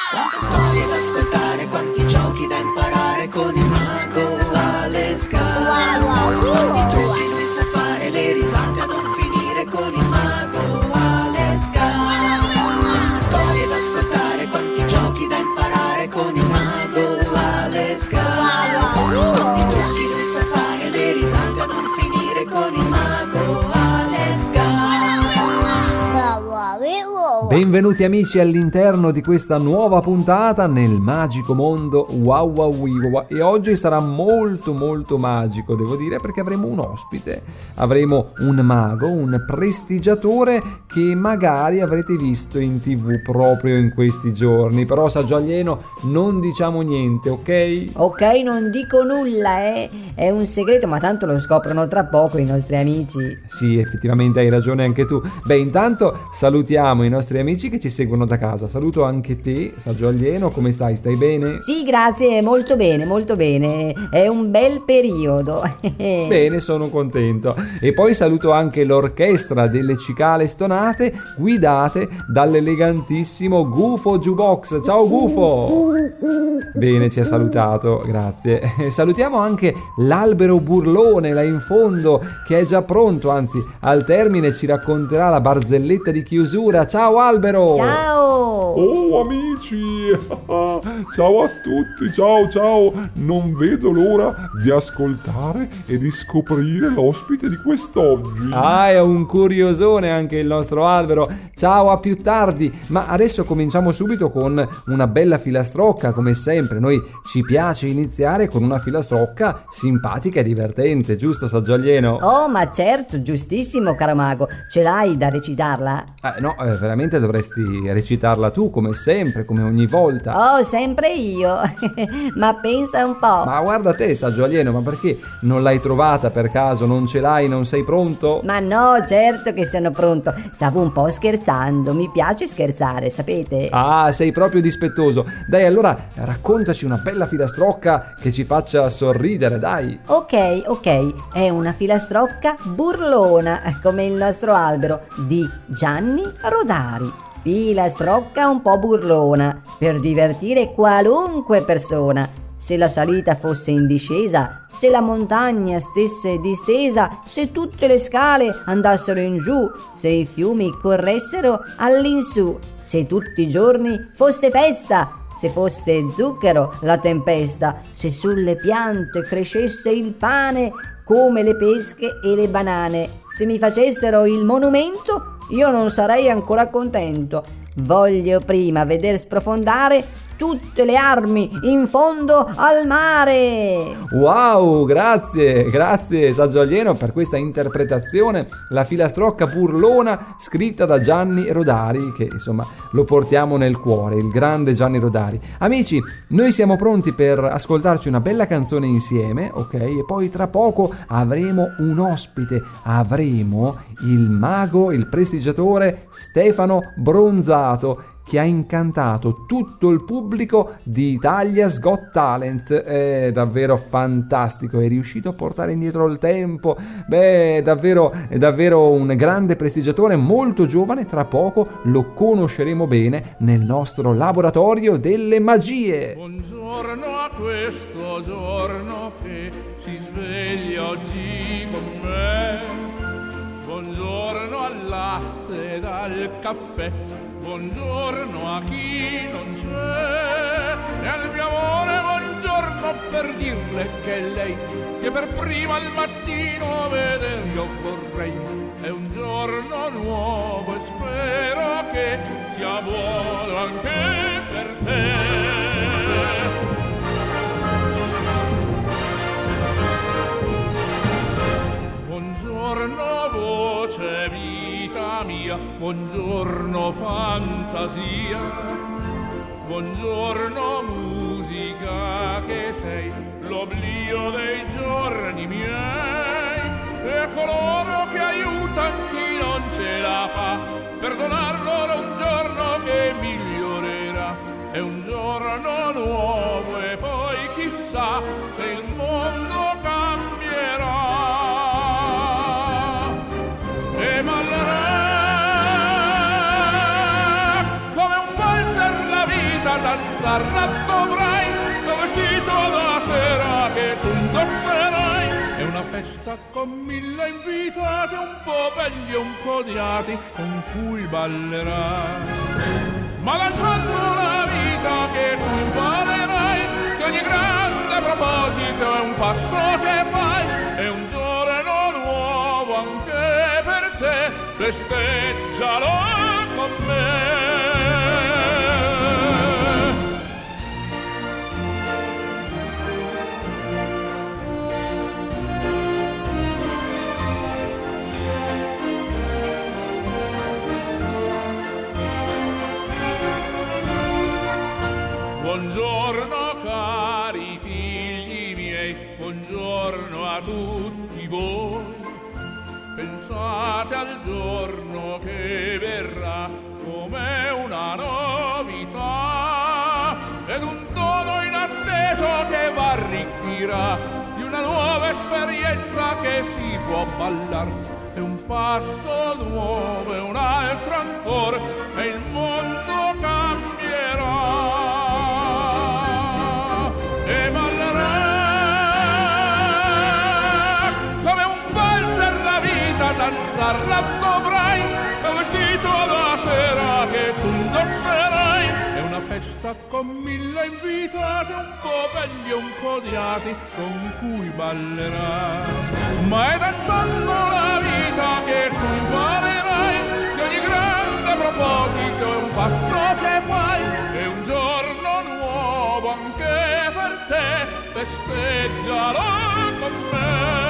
Quante storie da ascoltare, quanti giochi da imparare con il mago Alex Gaga. Quanti trucchi lui sa fare, le risate a non finire con il mago Alex Gaga. Quante storie da ascoltare, quanti giochi da imparare con il mago Alex Gaga. Quanti trucchi lui sa fare, le risate a non finire con il mago Alex Gaga. Benvenuti amici all'interno di questa nuova puntata nel magico mondo Wow Wow Wiwa, e oggi sarà molto magico, devo dire, perché avremo un ospite, avremo un mago, un prestigiatore che magari avrete visto in TV proprio in questi giorni. Però Saggio Alieno, non diciamo niente, ok? Ok, non dico nulla, è un segreto, ma tanto lo scoprono tra poco i nostri amici. Sì, effettivamente hai ragione anche tu. Beh, intanto salutiamo i nostri amici che ci seguono da casa. Saluto anche te, Saggio Alieno, come stai? Stai bene? Sì, grazie, molto bene, è un bel periodo. Bene, sono contento. E poi saluto anche l'orchestra delle cicale stonate guidate dall'elegantissimo Gufo Jukebox. Ciao Gufo! Bene, ci ha salutato, grazie. Salutiamo anche l'albero burlone là in fondo, che è già pronto, anzi al termine ci racconterà la barzelletta di chiusura. Ciao albero! Ciao! Oh amici, ciao a tutti, ciao, non vedo l'ora di ascoltare e di scoprire l'ospite di quest'oggi. Ah, è un curiosone anche il nostro albero. Ciao, a più tardi. Ma adesso cominciamo subito con una bella filastrocca, come sempre. Noi ci piace iniziare con una filastrocca simpatica e divertente, giusto Saggio Alieno? Oh, ma certo, giustissimo, caro mago. Ce l'hai da recitarla? No, veramente dovresti recitarla tu, come sempre, come ogni volta. Oh, sempre io. Ma pensa un po'. Ma guarda te, Saggio Alieno, ma perché non l'hai trovata per caso? Non ce l'hai? Non sei pronto? Ma no, certo che sono pronto. Stavo un po' scherzando. Mi piace scherzare, sapete? Ah, sei proprio dispettoso. Dai, allora raccontaci una bella filastrocca che ci faccia sorridere, dai. Ok, è una filastrocca burlona, come il nostro albero, di Gianni Rodari. Filastrocca un po' burlona, per divertire qualunque persona. Se la salita fosse in discesa, se la montagna stesse distesa, se tutte le scale andassero in giù, se i fiumi corressero all'insù, se tutti i giorni fosse festa, se fosse zucchero la tempesta, se sulle piante crescesse il pane come le pesche e le banane, se mi facessero il monumento io non sarei ancora contento. Voglio prima veder sprofondare tutte le armi in fondo al mare. Wow, grazie Saggio Alieno per questa interpretazione. La filastrocca burlona scritta da Gianni Rodari, che insomma lo portiamo nel cuore, il grande Gianni Rodari. Amici, noi siamo pronti per ascoltarci una bella canzone insieme, ok? E poi tra poco avremo un ospite, avremo il mago, il prestigiatore Stefano Bronzato, che ha incantato tutto il pubblico di Italia's Got Talent. È davvero fantastico, è riuscito a portare indietro il tempo. Beh, è davvero un grande prestigiatore, molto giovane. Tra poco lo conosceremo bene nel nostro laboratorio delle magie. Buongiorno a questo giorno che si sveglia oggi con me. Buongiorno al latte e al caffè. Buongiorno a chi non c'è, e al mio amore buongiorno per dirle che è lei che per prima al mattino vedere io vorrei. È un giorno nuovo e spero che sia buono anche per te. Buongiorno voce vita mia, buongiorno fantasia, buongiorno musica che sei l'oblio dei giorni miei, e coloro che aiutan chi non ce la fa, per donar loro un giorno che migliorerà. È un giorno nuovo e poi chissà se il mondo cambierà. E ballerà come un valzer la vita danzarla dovrai, tuo vestito da sera che tu indosserai. È una festa con 1000 invitati, un po' belli e un po' odiati, con cui ballerai. Ma danzando la vita che tu imparerai, che ogni grande proposito è un passo che fai, è un giorno nuovo anche per te, festeggialo con me. Buongiorno cari figli miei, buongiorno a tutti voi. Pensate al giorno che verrà come una novità ed un dono inatteso che v'arricchirà di una nuova esperienza che si può ballar. È un passo nuovo e un altro ancora e il mondo cambierà. E ballerà come un valzer la vita, danzarla dovrai, è un vestito da sera che tu indosserai. È una festa con 1000 invitati, un po' belli e un po' odiati, con cui ballerai. Ma è danzando la vita che tu imparerai, che ogni grande proposito è un passo che fai, è un giorno nuovo anche per te, festeggialo con me.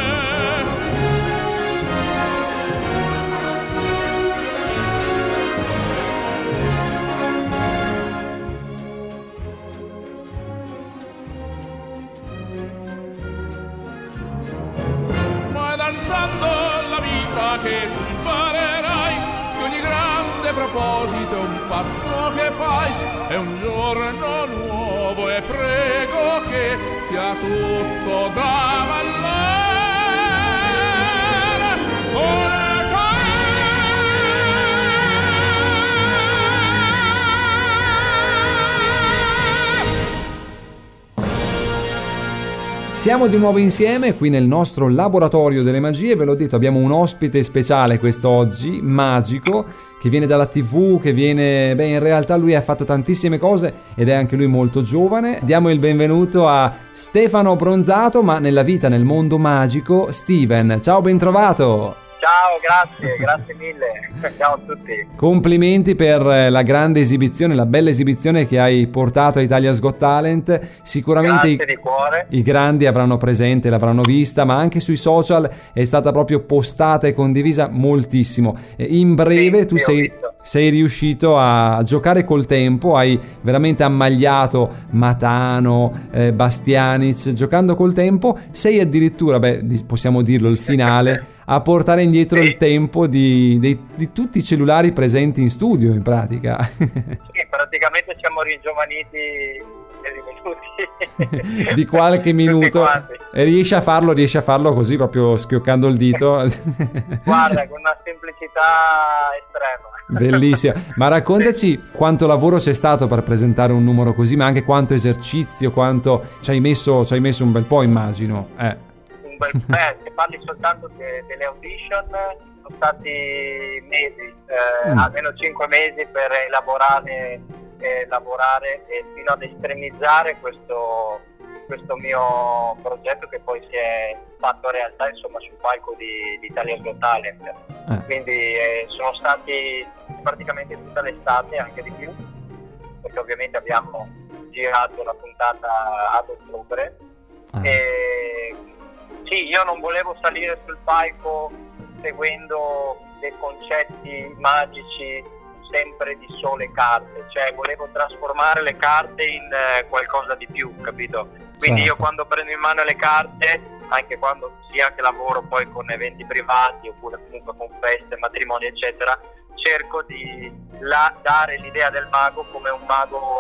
Ma è danzando la vita che tu imparerai, che ogni grande proposito è un passo che fai, è un giorno nuovo e prego che sia tutto da ballare. Siamo di nuovo insieme qui nel nostro laboratorio delle magie. Ve l'ho detto, abbiamo un ospite speciale quest'oggi, magico, che viene dalla TV, che viene... Beh, in realtà lui ha fatto tantissime cose ed è anche lui molto giovane. Diamo il benvenuto a Stefano Bronzato, ma nella vita, nel mondo magico, Steven. Ciao, ben trovato! Ciao, grazie mille. Ciao a tutti. Complimenti per la grande esibizione, la bella esibizione che hai portato a Italia's Got Talent. Sicuramente Grazie di cuore. I grandi avranno presente, l'avranno vista, ma anche sui social è stata proprio postata e condivisa moltissimo. In breve, Sì, tu sì, ho visto. sei riuscito a giocare col tempo, hai veramente ammagliato Matano, Bastianic, giocando col tempo, sei addirittura, possiamo dirlo, il finale, a portare indietro Sì. il tempo di tutti i cellulari presenti in studio, in pratica. Sì, praticamente siamo ringiovaniti dei minuti. Di qualche minuto. quanti. E riesci a farlo così, proprio schioccando il dito. Guarda, con una semplicità estrema. Bellissima. Ma raccontaci quanto lavoro c'è stato per presentare un numero così, ma anche quanto esercizio, quanto ci hai messo un bel po', immagino. Se parli soltanto delle audition, sono stati mesi, almeno 5 mesi per elaborare e fino ad estremizzare questo mio progetto, che poi si è fatto realtà, insomma, sul palco di Italia's Got Talent. Quindi sono stati praticamente tutta l'estate, anche di più, perché ovviamente abbiamo girato la puntata ad ottobre. E sì, io non volevo salire sul palco seguendo dei concetti magici sempre di sole carte, cioè volevo trasformare le carte in qualcosa di più, capito? Quindi Io quando prendo in mano le carte, anche quando sia che lavoro poi con eventi privati oppure comunque con feste, matrimoni eccetera, cerco di dare l'idea del mago come un mago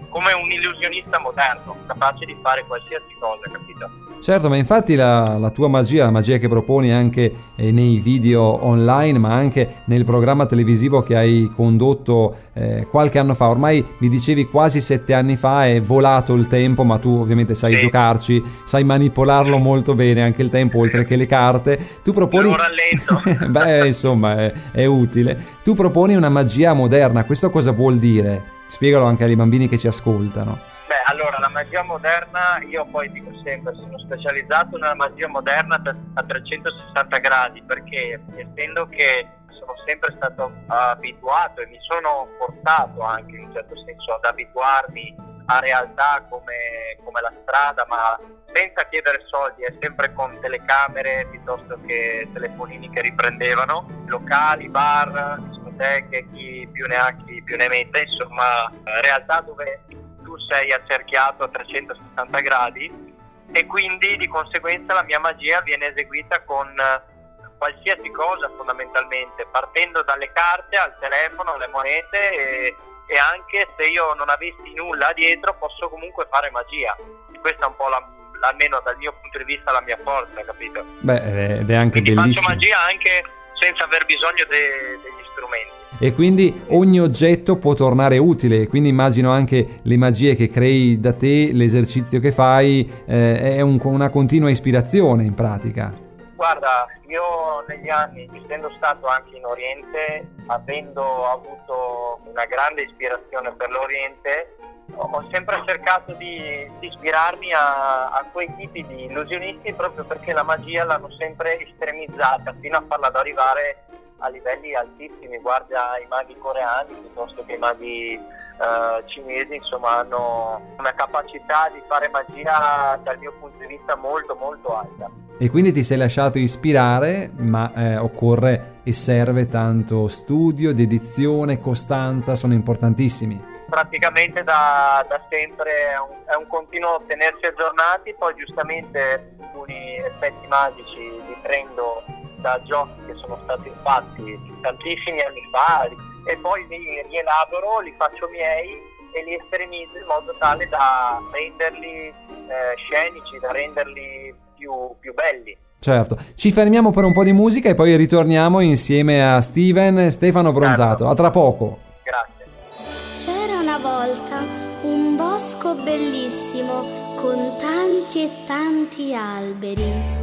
come un illusionista moderno, capace di fare qualsiasi cosa, capito? Certo, ma infatti la tua magia, la magia che proponi anche nei video online, ma anche nel programma televisivo che hai condotto qualche anno fa, ormai mi dicevi quasi 7 anni fa, è volato il tempo, ma tu ovviamente sai giocarci, sai manipolarlo molto bene, anche il tempo oltre che le carte. Tu proponi... Non rallento. Beh, insomma, è utile. Tu proponi una magia moderna, questo cosa vuol dire? Spiegalo anche ai bambini che ci ascoltano. Beh, allora, la magia moderna, io poi dico sempre, sono specializzato nella magia moderna a 360 gradi, perché essendo che sono sempre stato abituato e mi sono portato anche in un certo senso ad abituarmi a realtà come la strada, ma senza chiedere soldi, è sempre con telecamere piuttosto che telefonini che riprendevano, locali, bar, discoteche, chi più ne ha chi più ne mette, insomma realtà dove tu sei accerchiato a 360 gradi e quindi di conseguenza la mia magia viene eseguita con qualsiasi cosa fondamentalmente, partendo dalle carte al telefono, alle monete e anche se io non avessi nulla dietro posso comunque fare magia. Questa è un po' almeno dal mio punto di vista la mia forza, capito? Beh, ed è anche quindi bellissimo. Faccio magia anche senza aver bisogno degli strumenti. E quindi ogni oggetto può tornare utile, quindi immagino anche le magie che crei da te, l'esercizio che fai è una continua ispirazione in pratica. Guarda, io negli anni, essendo stato anche in Oriente, avendo avuto una grande ispirazione per l'Oriente, ho sempre cercato di ispirarmi a quei tipi di illusionisti, proprio perché la magia l'hanno sempre estremizzata fino a farla arrivare a livelli altissimi. Guarda i maghi coreani piuttosto che i maghi cinesi, insomma hanno una capacità di fare magia dal mio punto di vista molto molto alta. E quindi ti sei lasciato ispirare, ma occorre e serve tanto studio, dedizione, costanza, sono importantissimi. Praticamente da sempre è un continuo tenersi aggiornati, poi giustamente alcuni effetti magici li prendo da giochi che sono stati fatti tantissimi anni fa e poi li rielaboro, li faccio miei e li estremizzo in modo tale da renderli scenici, da renderli più belli. Certo, ci fermiamo per un po' di musica e poi ritorniamo insieme a Stefano Bronzato. Certo. A tra poco. Grazie. C'era una volta un bosco bellissimo con tanti e tanti alberi.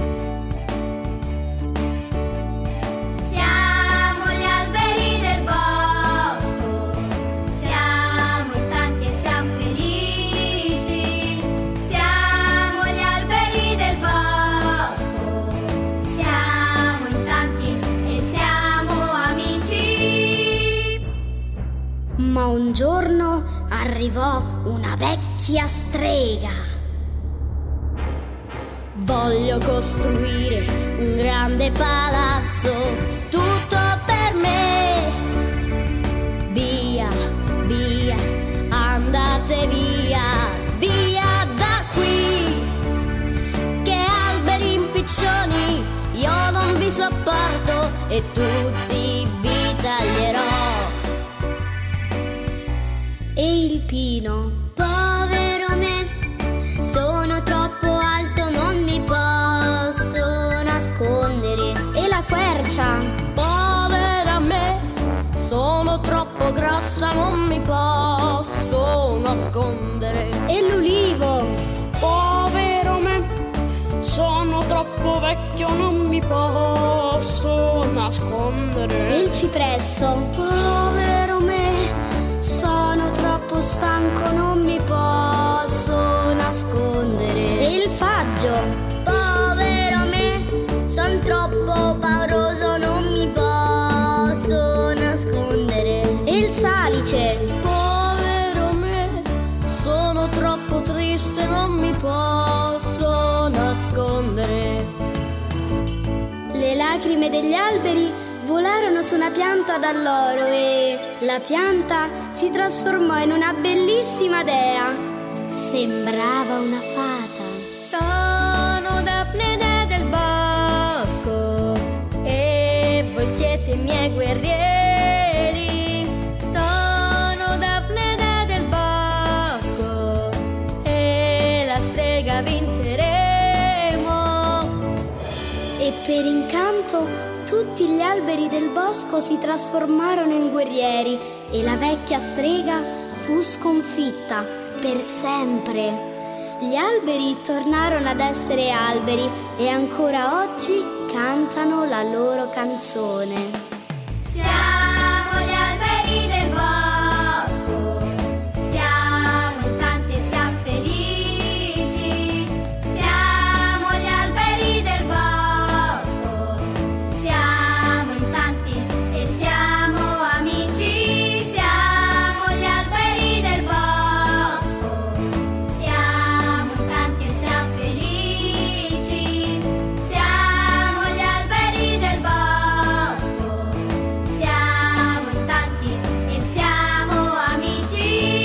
Siamo gli alberi del bosco, siamo in tanti e siamo felici. Siamo gli alberi del bosco, siamo in tanti e siamo amici. Ma un giorno arrivò una vecchia strega. Voglio costruire un grande palazzo, tutto per me. Via, via, andate via, via da qui. Che alberi impiccioni, io non vi sopporto e tutti vi taglierò. E il pino, Povero me, sono troppo alto, non mi posso nascondere. e la quercia, Povera me, sono troppo grossa, non mi posso nascondere. e l'ulivo, Povero me, sono troppo vecchio, non mi posso nascondere. e il cipresso, Povero me, sono troppo stanco, non mi posso nascondere. e il faggio, Povero me, son troppo pauroso, non mi posso nascondere. e il salice, Povero me, sono troppo triste, non mi posso nascondere. le lacrime degli alberi volarono su una pianta d'alloro e la pianta si trasformò in una bellissima dea. Sembrava una fata. Sono Daphne Dea del bosco e voi siete i miei guerrieri. Sono Daphne Dea del bosco la vinceremo. E per incanto tutti gli alberi del bosco si trasformarono in guerrieri e la vecchia strega fu sconfitta per sempre. Gli alberi tornarono ad essere alberi e ancora oggi cantano la loro canzone. Siamo gli alberi del bosco, siamo in tanti e siamo felici. Siamo gli alberi del bosco, siamo in tanti e siamo amici. Siamo gli alberi del bosco, siamo in tanti e siamo felici. Siamo gli alberi del bosco, siamo in tanti e siamo amici.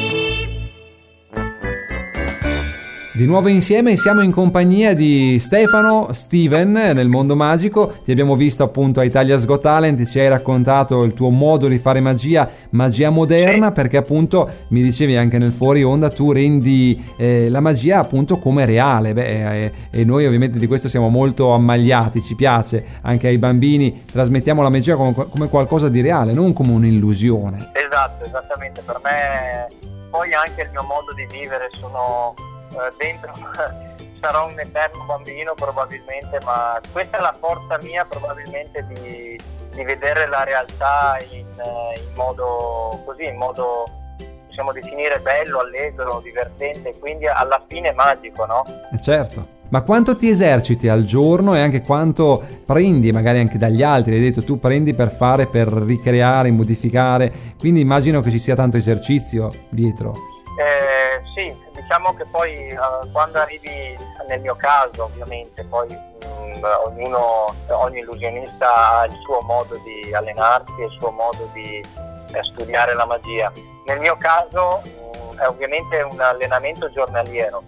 Di nuovo insieme e siamo in compagnia di Steven nel mondo magico. Ti abbiamo visto appunto a Italia's Got Talent, ci hai raccontato il tuo modo di fare magia moderna, perché appunto mi dicevi anche nel fuori onda tu rendi la magia appunto come reale. E noi ovviamente di questo siamo molto ammagliati, ci piace, anche ai bambini trasmettiamo la magia come qualcosa di reale, non come un'illusione. Esatto, esattamente, per me poi anche il mio modo di vivere, sono dentro sarò un eterno bambino probabilmente, ma questa è la forza mia probabilmente di vedere la realtà in modo così, in modo possiamo definire bello, allegro, divertente, quindi alla fine magico, no? Certo. Ma quanto ti eserciti al giorno e anche quanto prendi magari anche dagli altri? Hai detto tu prendi per fare, per ricreare, modificare, quindi immagino che ci sia tanto esercizio dietro. Sì, diciamo che poi quando arrivi, nel mio caso ovviamente, poi ogni illusionista ha il suo modo di allenarsi e il suo modo di studiare la magia. Nel mio caso è ovviamente un allenamento giornaliero.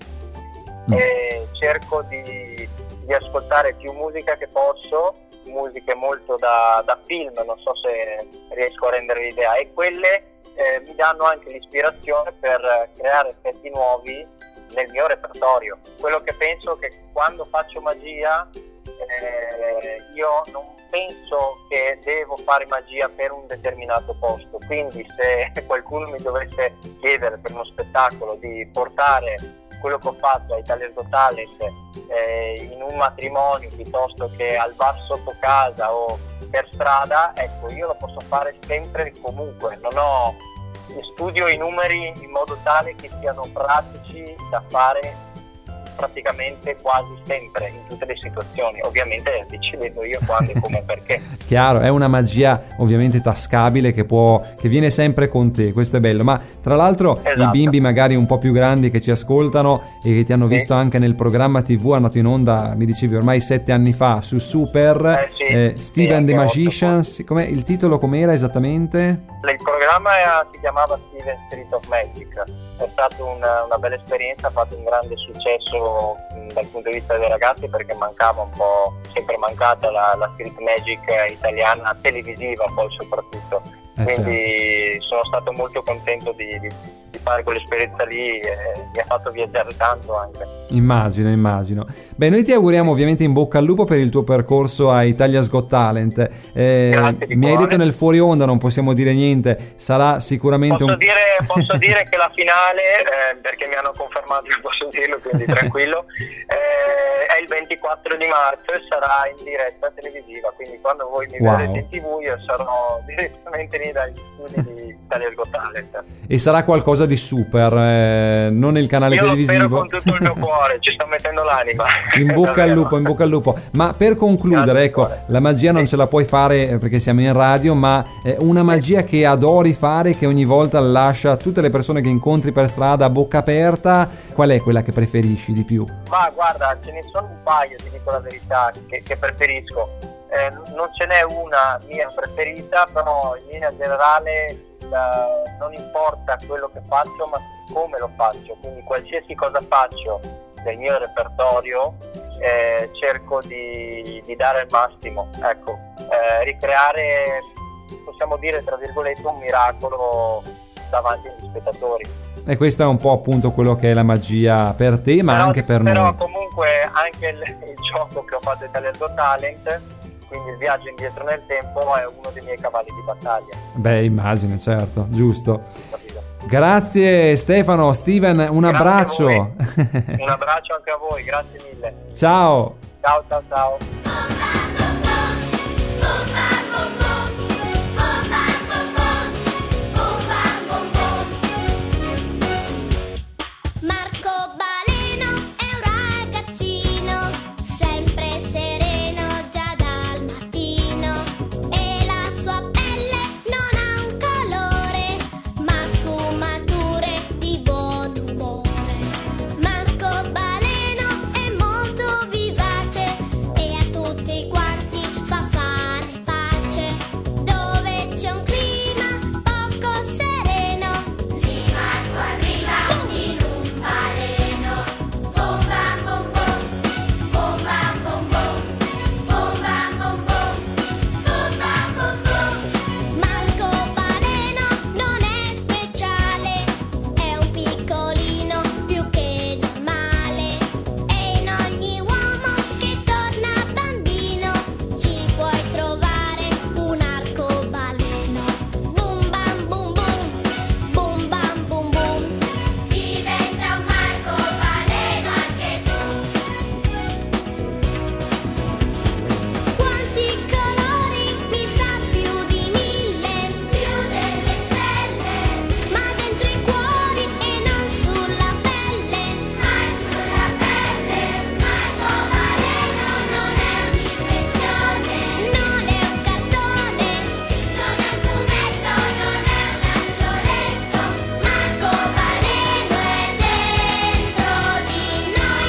E cerco di ascoltare più musica che posso, musiche molto da film, non so se riesco a rendere l'idea, e quelle mi danno anche l'ispirazione per creare effetti nuovi nel mio repertorio. Quello che penso che quando faccio magia io non penso che devo fare magia per un determinato posto, quindi se qualcuno mi dovesse chiedere per uno spettacolo di portare quello che ho fatto a Italia's Got Talent in un matrimonio piuttosto che al bar sotto casa o per strada, ecco, io lo posso fare sempre e comunque, studio i numeri in modo tale che siano pratici da fare praticamente quasi sempre in tutte le situazioni, ovviamente decidendo io quando e come e perché. Chiaro, è una magia ovviamente tascabile che viene sempre con te, questo è bello. Ma tra l'altro esatto, i bimbi magari un po' più grandi che ci ascoltano e che ti hanno visto anche nel programma TV, andato in onda, mi dicevi ormai 7 anni fa su Super, Steven the Magician, com'è il titolo, com'era esattamente? Il programma si chiamava Steven Street of Magic, è stata una bella esperienza, ha fatto un grande successo dal punto di vista dei ragazzi, perché mancava un po', sempre mancata la street magic italiana televisiva poi soprattutto, quindi sono stato molto contento di fare quell'esperienza lì e mi ha fatto viaggiare tanto anche. Immagino. Beh, noi ti auguriamo ovviamente in bocca al lupo per il tuo percorso a Italia's Got Talent. Mi hai detto nel fuori onda, non possiamo dire niente, sarà sicuramente posso dire che la finale, perché mi hanno confermato che posso dirlo, quindi tranquillo, è il 24 di marzo e sarà in diretta televisiva, quindi quando voi mi vedrete in TV io sarò direttamente lì dagli studi di Italia's Got Talent. E sarà qualcosa di super, non nel canale televisivo. Io lo spero con tutto il mio cuore, ci sto mettendo l'anima. In bocca al lupo. Ma per concludere, ecco, la magia non ce la puoi fare perché siamo in radio, ma una magia che adori fare, che ogni volta lascia tutte le persone che incontri per strada a bocca aperta, qual è quella che preferisci di più? Ma guarda, ce ne sono un paio, ti dico la verità, che preferisco. Non ce n'è una mia preferita, però in linea generale non importa quello che faccio, ma come lo faccio, quindi qualsiasi cosa faccio del mio repertorio cerco di dare il massimo, ecco, ricreare, possiamo dire tra virgolette, un miracolo davanti agli spettatori. E questo è un po' appunto quello che è la magia per te, ma anche per però noi. comunque anche il gioco che ho fatto Italia's Got Talent, quindi il viaggio indietro nel tempo, è uno dei miei cavalli di battaglia. Beh, immagino, certo, giusto. Capito? Grazie Stefano, Steven, un Grazie abbraccio. a voi. Un abbraccio anche a voi, grazie mille. Ciao. Ciao ciao ciao. Marco Baleno è un ragazzino, sempre sereno già dal mattino, e la sua pelle non ha un colore, ma sfumature di buon umore. Marco Baleno è molto vivace e a tutti quanti fa fare pace. Dove c'è un clima poco sereno, lì Marco arriva in un baleno. Bom bam bom bom, bom bam bom bom, bom bam bom bom, bom bam bom bom. Marco Baleno non è speciale, è un piccolino più che normale, e in ogni uomo che torna bambino ci puoi trovare un arcobaleno. Bum bam bum bum, bum bam bum bum, diventa un arcobaleno anche tu. Quanti colori mi sa più di 1000, più delle stelle, ma dentro i cuori e non sulla pelle, mai sulla pelle. Marco Baleno non è un'invenzione, non è un cartone, non è un fumetto, non è un angioletto. Marco Baleno è dentro di noi,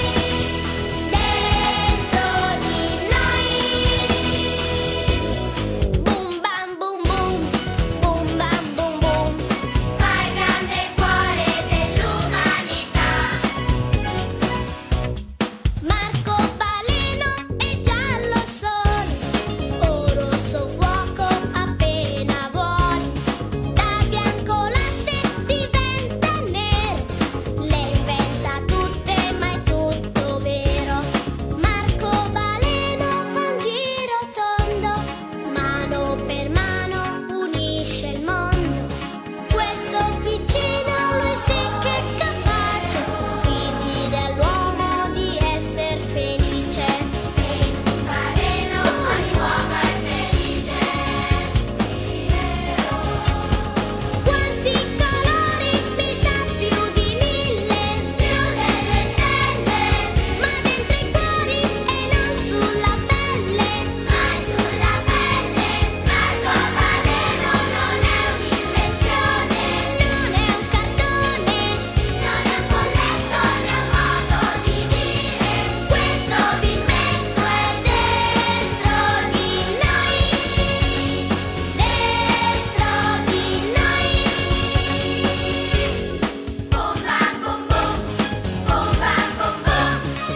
dentro di noi. Bum bam bum bum, bum bam bum bum, fa il grande cuore dell'umanità. Marco Baleno è giallo sole, o rosso fuoco appena vuole, da bianco latte diventa nero, le inventa tutte ma è tutto vero. Marco Baleno fa un giro tondo, mano per mano unisce il mondo. Questo piccino lui sì che è capace di dire all'uomo di essere felice. E in un baleno ogni uomo è felice. Quanti colori mi sa più di 1000, più delle stelle, ma dentro i cuori e non sulla pelle, mai sulla pelle. Marco Baleno non è un'invenzione, non è un cartone, non è un folletto, né un modo di dire. Questo bimmetto è dentro di noi, dentro di noi. Bom bam bom bom, bom bam bom bom.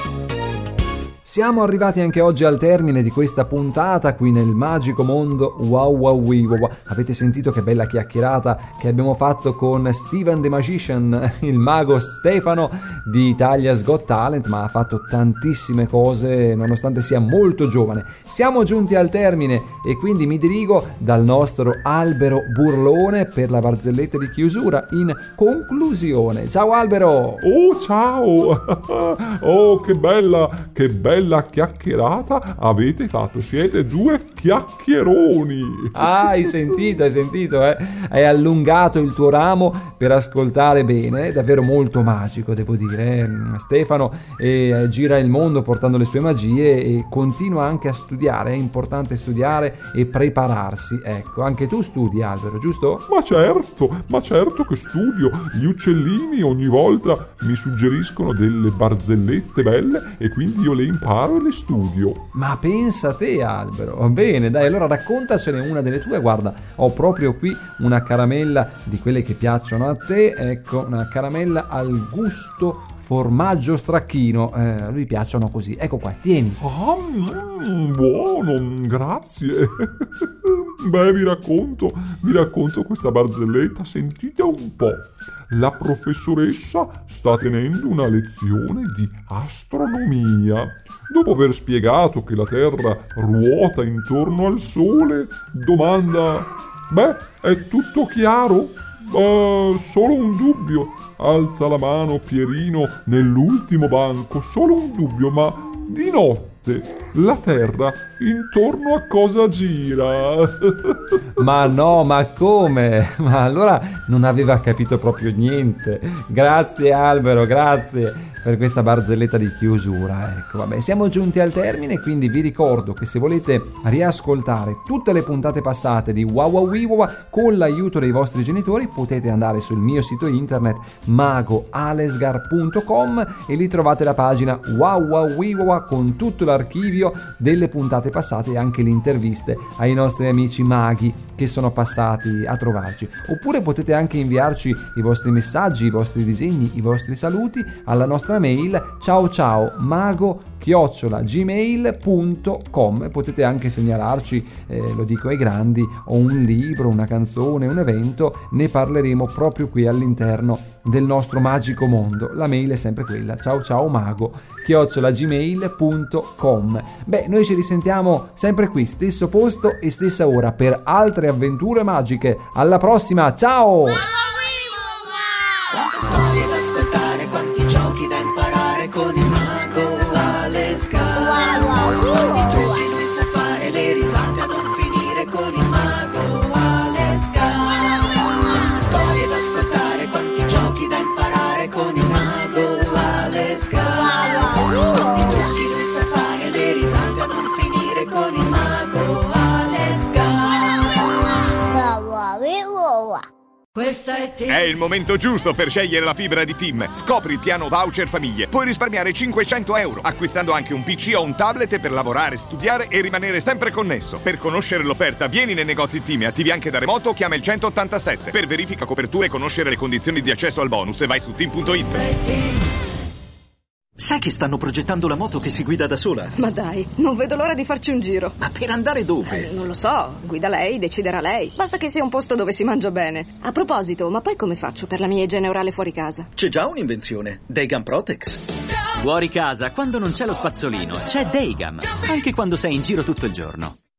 Siamo arrivati anche oggi al termine di questa puntata qui nel magico mondo Wow Wow Wee Wow Wow. Avete sentito che bella chiacchierata che abbiamo fatto con Steven the Magician, il mago Stefano di Italia's Got Talent, ma ha fatto tantissime cose nonostante sia molto giovane. Siamo giunti al termine e quindi mi dirigo dal nostro Albero Burlone per la barzelletta di chiusura in conclusione. Ciao Albero! Oh, ciao! Oh, che bella chiacchierata avete fatto. Siete due chiacchieroni. Ah, hai sentito, eh? Hai allungato il tuo ramo per ascoltare bene, è davvero molto magico, devo dire. Stefano gira il mondo portando le sue magie e continua anche a studiare, è importante studiare e prepararsi. Ecco, anche tu studi, Albero, giusto? Ma certo che studio. Gli uccellini ogni volta mi suggeriscono delle barzellette belle e quindi io le imparo e le studio. Ma pensa a te, Albero. Va bene, dai, allora raccontacene una delle tue. Guarda, ho proprio qui una caramella di quelle che piacciono a te. Ecco, una caramella al gusto formaggio stracchino. A lui piacciono così. Ecco qua, tieni. Ah, buono, grazie. Beh, vi racconto questa barzelletta, sentite un po'. La professoressa sta tenendo una lezione di astronomia. Dopo aver spiegato che la Terra ruota intorno al Sole, domanda: beh, è tutto chiaro? Solo un dubbio. Alza la mano Pierino nell'ultimo banco. Solo un dubbio, ma di notte la Terra intorno a cosa gira? Ma no, ma come? Ma allora non aveva capito proprio niente. Grazie Albero, grazie per questa barzelletta di chiusura. Ecco, vabbè, siamo giunti al termine, quindi vi ricordo che se volete riascoltare tutte le puntate passate di Wow Wow Wiwawa con l'aiuto dei vostri genitori, potete andare sul mio sito internet magoalesgar.com e lì trovate la pagina Wow Wow Wiwawa con tutto l'archivio delle puntate passate e anche le interviste ai nostri amici maghi che sono passati a trovarci. Oppure potete anche inviarci i vostri messaggi, i vostri disegni, i vostri saluti alla nostra mail ciao@gmail.com. Potete anche segnalarci, lo dico ai grandi, o un libro, una canzone, un evento, ne parleremo proprio qui all'interno del nostro magico mondo. La mail è sempre quella, ciao@gmail.com. Beh, noi ci risentiamo sempre qui, stesso posto e stessa ora, per altre avventure magiche. Alla prossima, ciao! Quante storie da ascoltare, quanti giochi da imparare con il mago Alesgar. Quanti trucchi lui sa fare, le risate a non finire con il mago Alesgar. Quante storie da ascoltare, quanti giochi da imparare con il mago Alesgar. Quanti trucchi lui sa fare, le risate a non finire con il mago Alesgar. Questa è il momento giusto per scegliere la fibra di TIM. Scopri il piano voucher famiglie. Puoi risparmiare 500 euro acquistando anche un PC o un tablet per lavorare, studiare e rimanere sempre connesso. Per conoscere l'offerta, vieni nei negozi TIM e attivi anche da remoto o chiama il 187. Per verifica copertura e conoscere le condizioni di accesso al bonus, vai su TIM.it. Sai che stanno progettando la moto che si guida da sola? Ma dai, non vedo l'ora di farci un giro. Ma per andare dove? Non lo so, guida lei, deciderà lei. Basta che sia un posto dove si mangia bene. A proposito, ma poi come faccio per la mia igiene orale fuori casa? C'è già un'invenzione, Daygam Protex. Fuori casa, quando non c'è lo spazzolino, c'è Daygam. Anche quando sei in giro tutto il giorno.